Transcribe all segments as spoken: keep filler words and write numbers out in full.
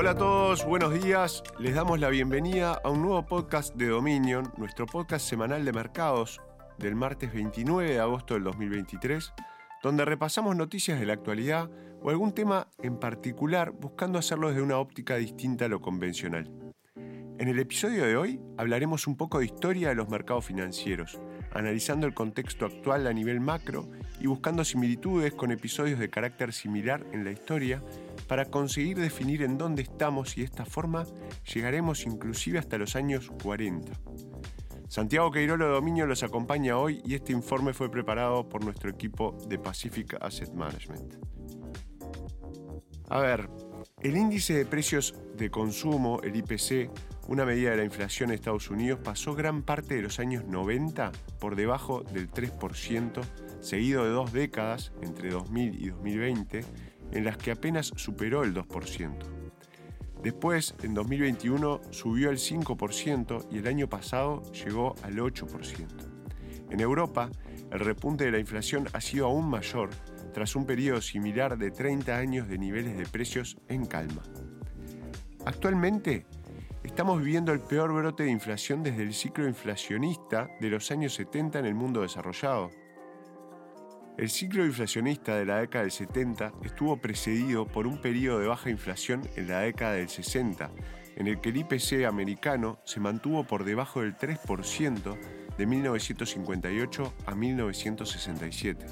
Hola a todos, buenos días. Les damos la bienvenida a un nuevo podcast de Dominion, nuestro podcast semanal de mercados del martes veintinueve de agosto del dos mil veintitrés, donde repasamos noticias de la actualidad o algún tema en particular buscando hacerlo desde una óptica distinta a lo convencional. En el episodio de hoy hablaremos un poco de historia de los mercados financieros, analizando el contexto actual a nivel macro y buscando similitudes con episodios de carácter similar en la historia para conseguir definir en dónde estamos y de esta forma llegaremos inclusive hasta los años cuarenta. Santiago Queirolo de Dominion los acompaña hoy y este informe fue preparado por nuestro equipo de Pacific Asset Management. A ver, el índice de precios de consumo, el I P C, una medida de la inflación en Estados Unidos, pasó gran parte de los años noventa por debajo del tres por ciento, seguido de dos décadas, entre dos mil y dos mil veinte, en las que apenas superó el dos por ciento. Después, en dos mil veintiuno, subió al cinco por ciento y el año pasado llegó al ocho por ciento. En Europa, el repunte de la inflación ha sido aún mayor, tras un periodo similar de treinta años de niveles de precios en calma. Actualmente, estamos viviendo el peor brote de inflación desde el ciclo inflacionista de los años setenta en el mundo desarrollado. El ciclo inflacionista de la década del setenta estuvo precedido por un periodo de baja inflación en la década del sesenta, en el que el I P C americano se mantuvo por debajo del tres por ciento de mil novecientos cincuenta y ocho a mil novecientos sesenta y siete.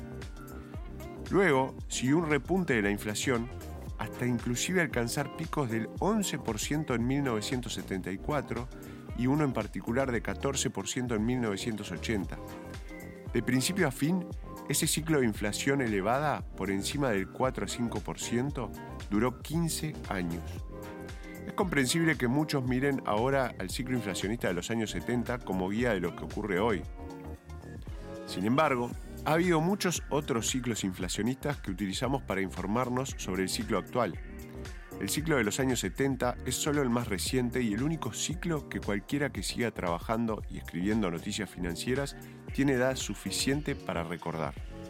Luego siguió un repunte de la inflación hasta inclusive alcanzar picos del once por ciento en mil novecientos setenta y cuatro y uno en particular de catorce por ciento en mil novecientos ochenta. De principio a fin, ese ciclo de inflación elevada, por encima del cuatro a cinco por ciento, duró quince años. Es comprensible que muchos miren ahora al ciclo inflacionista de los años setenta como guía de lo que ocurre hoy. Sin embargo, ha habido muchos otros ciclos inflacionistas que utilizamos para informarnos sobre el ciclo actual. El ciclo de los años setenta es solo el más reciente y el único ciclo que cualquiera que siga trabajando y escribiendo noticias financieras tiene edad suficiente para recordar.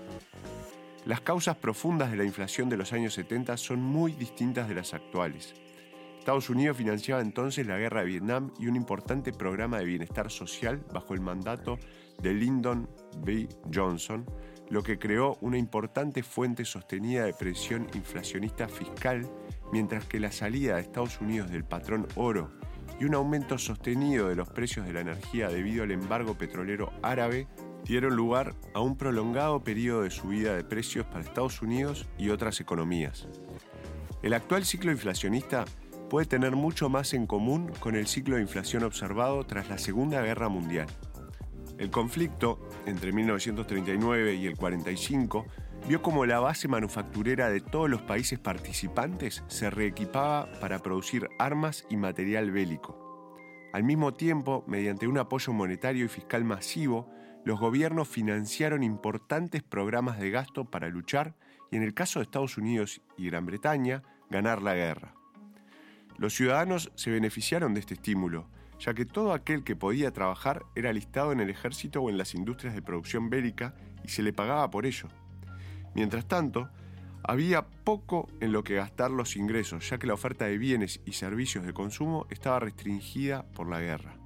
Las causas profundas de la inflación de los años setenta son muy distintas de las actuales. Estados Unidos financiaba entonces la guerra de Vietnam y un importante programa de bienestar social bajo el mandato de Lyndon B. Johnson, lo que creó una importante fuente sostenida de presión inflacionista fiscal, mientras que la salida de Estados Unidos del patrón oro y un aumento sostenido de los precios de la energía debido al embargo petrolero árabe dieron lugar a un prolongado periodo de subida de precios para Estados Unidos y otras economías. El actual ciclo inflacionista puede tener mucho más en común con el ciclo de inflación observado tras la Segunda Guerra Mundial. El conflicto entre mil novecientos treinta y nueve y el cuarenta y cinco vio como la base manufacturera de todos los países participantes se reequipaba para producir armas y material bélico. Al mismo tiempo, mediante un apoyo monetario y fiscal masivo, los gobiernos financiaron importantes programas de gasto para luchar y, en el caso de Estados Unidos y Gran Bretaña, ganar la guerra. Los ciudadanos se beneficiaron de este estímulo, ya que todo aquel que podía trabajar era alistado en el ejército o en las industrias de producción bélica y se le pagaba por ello. Mientras tanto, había poco en lo que gastar los ingresos, ya que la oferta de bienes y servicios de consumo estaba restringida por la guerra.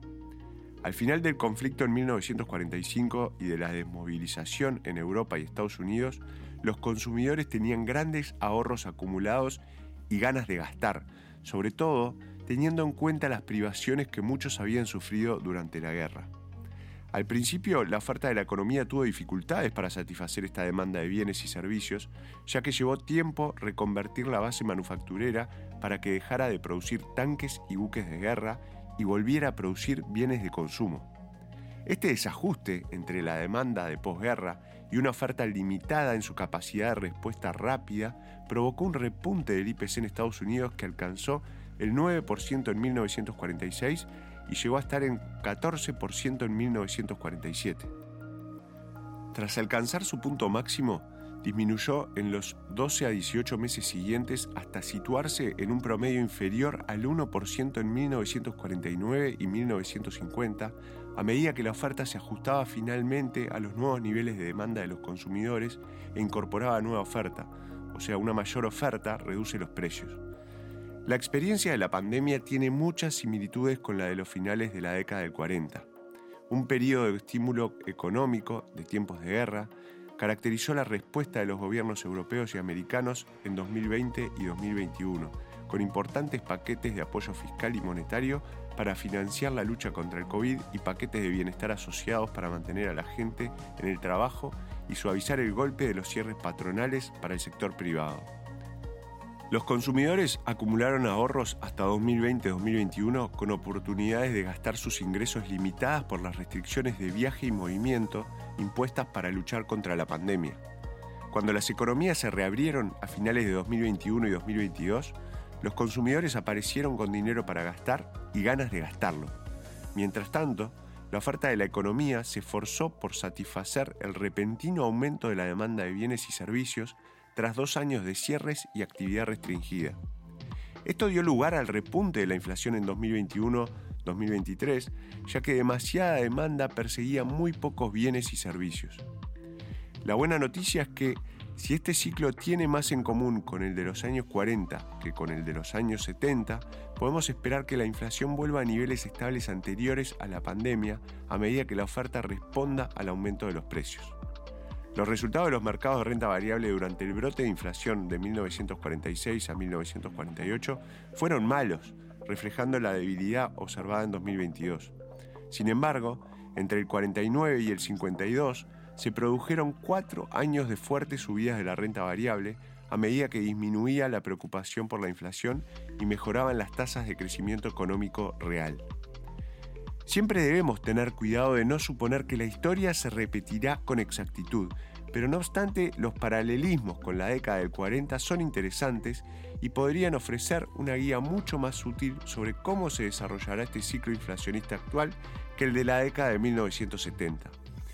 Al final del conflicto en mil novecientos cuarenta y cinco y de la desmovilización en Europa y Estados Unidos, los consumidores tenían grandes ahorros acumulados y ganas de gastar, sobre todo teniendo en cuenta las privaciones que muchos habían sufrido durante la guerra. Al principio, la oferta de la economía tuvo dificultades para satisfacer esta demanda de bienes y servicios, ya que llevó tiempo reconvertir la base manufacturera para que dejara de producir tanques y buques de guerra y volviera a producir bienes de consumo. Este desajuste entre la demanda de posguerra y una oferta limitada en su capacidad de respuesta rápida provocó un repunte del I P C en Estados Unidos que alcanzó el nueve por ciento en mil novecientos cuarenta y seis y llegó a estar en catorce por ciento en mil novecientos cuarenta y siete. Tras alcanzar su punto máximo, disminuyó en los doce a dieciocho meses siguientes hasta situarse en un promedio inferior al uno por ciento en mil novecientos cuarenta y nueve y mil novecientos cincuenta, a medida que la oferta se ajustaba finalmente a los nuevos niveles de demanda de los consumidores e incorporaba nueva oferta, o sea, una mayor oferta reduce los precios. La experiencia de la pandemia tiene muchas similitudes con la de los finales de la década del cuarenta. Un periodo de estímulo económico de tiempos de guerra caracterizó la respuesta de los gobiernos europeos y americanos en dos mil veinte y dos mil veintiuno, con importantes paquetes de apoyo fiscal y monetario para financiar la lucha contra el COVID y paquetes de bienestar asociados para mantener a la gente en el trabajo y suavizar el golpe de los cierres patronales para el sector privado. Los consumidores acumularon ahorros hasta dos mil veinte a dos mil veintiuno con oportunidades de gastar sus ingresos limitadas por las restricciones de viaje y movimiento impuestas para luchar contra la pandemia. Cuando las economías se reabrieron a finales de dos mil veintiuno y dos mil veintidós, los consumidores aparecieron con dinero para gastar y ganas de gastarlo. Mientras tanto, la oferta de la economía se esforzó por satisfacer el repentino aumento de la demanda de bienes y servicios tras dos años de cierres y actividad restringida. Esto dio lugar al repunte de la inflación en dos mil veintiuno a dos mil veintitrés, ya que demasiada demanda perseguía muy pocos bienes y servicios. La buena noticia es que, si este ciclo tiene más en común con el de los años cuarenta que con el de los años setenta, podemos esperar que la inflación vuelva a niveles estables anteriores a la pandemia a medida que la oferta responda al aumento de los precios. Los resultados de los mercados de renta variable durante el brote de inflación de mil novecientos cuarenta y seis a mil novecientos cuarenta y ocho fueron malos, reflejando la debilidad observada en dos mil veintidós. Sin embargo, entre el cuarenta y nueve y el cincuenta y dos se produjeron cuatro años de fuertes subidas de la renta variable a medida que disminuía la preocupación por la inflación y mejoraban las tasas de crecimiento económico real. Siempre debemos tener cuidado de no suponer que la historia se repetirá con exactitud, pero no obstante, los paralelismos con la década del cuarenta son interesantes y podrían ofrecer una guía mucho más útil sobre cómo se desarrollará este ciclo inflacionista actual que el de la década de mil novecientos setenta.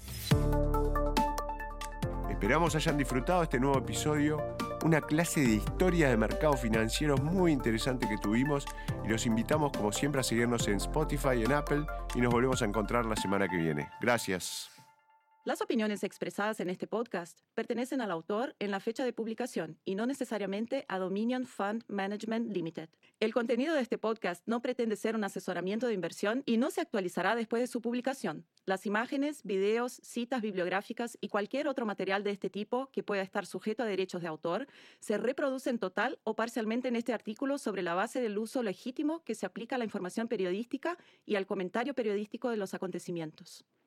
Esperamos hayan disfrutado este nuevo episodio, una clase de historia de mercados financieros muy interesante que tuvimos, y los invitamos como siempre a seguirnos en Spotify, en Apple, y nos volvemos a encontrar la semana que viene. Gracias. Las opiniones expresadas en este podcast pertenecen al autor en la fecha de publicación y no necesariamente a Dominion Fund Management Limited. El contenido de este podcast no pretende ser un asesoramiento de inversión y no se actualizará después de su publicación. Las imágenes, videos, citas bibliográficas y cualquier otro material de este tipo que pueda estar sujeto a derechos de autor se reproducen total o parcialmente en este artículo sobre la base del uso legítimo que se aplica a la información periodística y al comentario periodístico de los acontecimientos.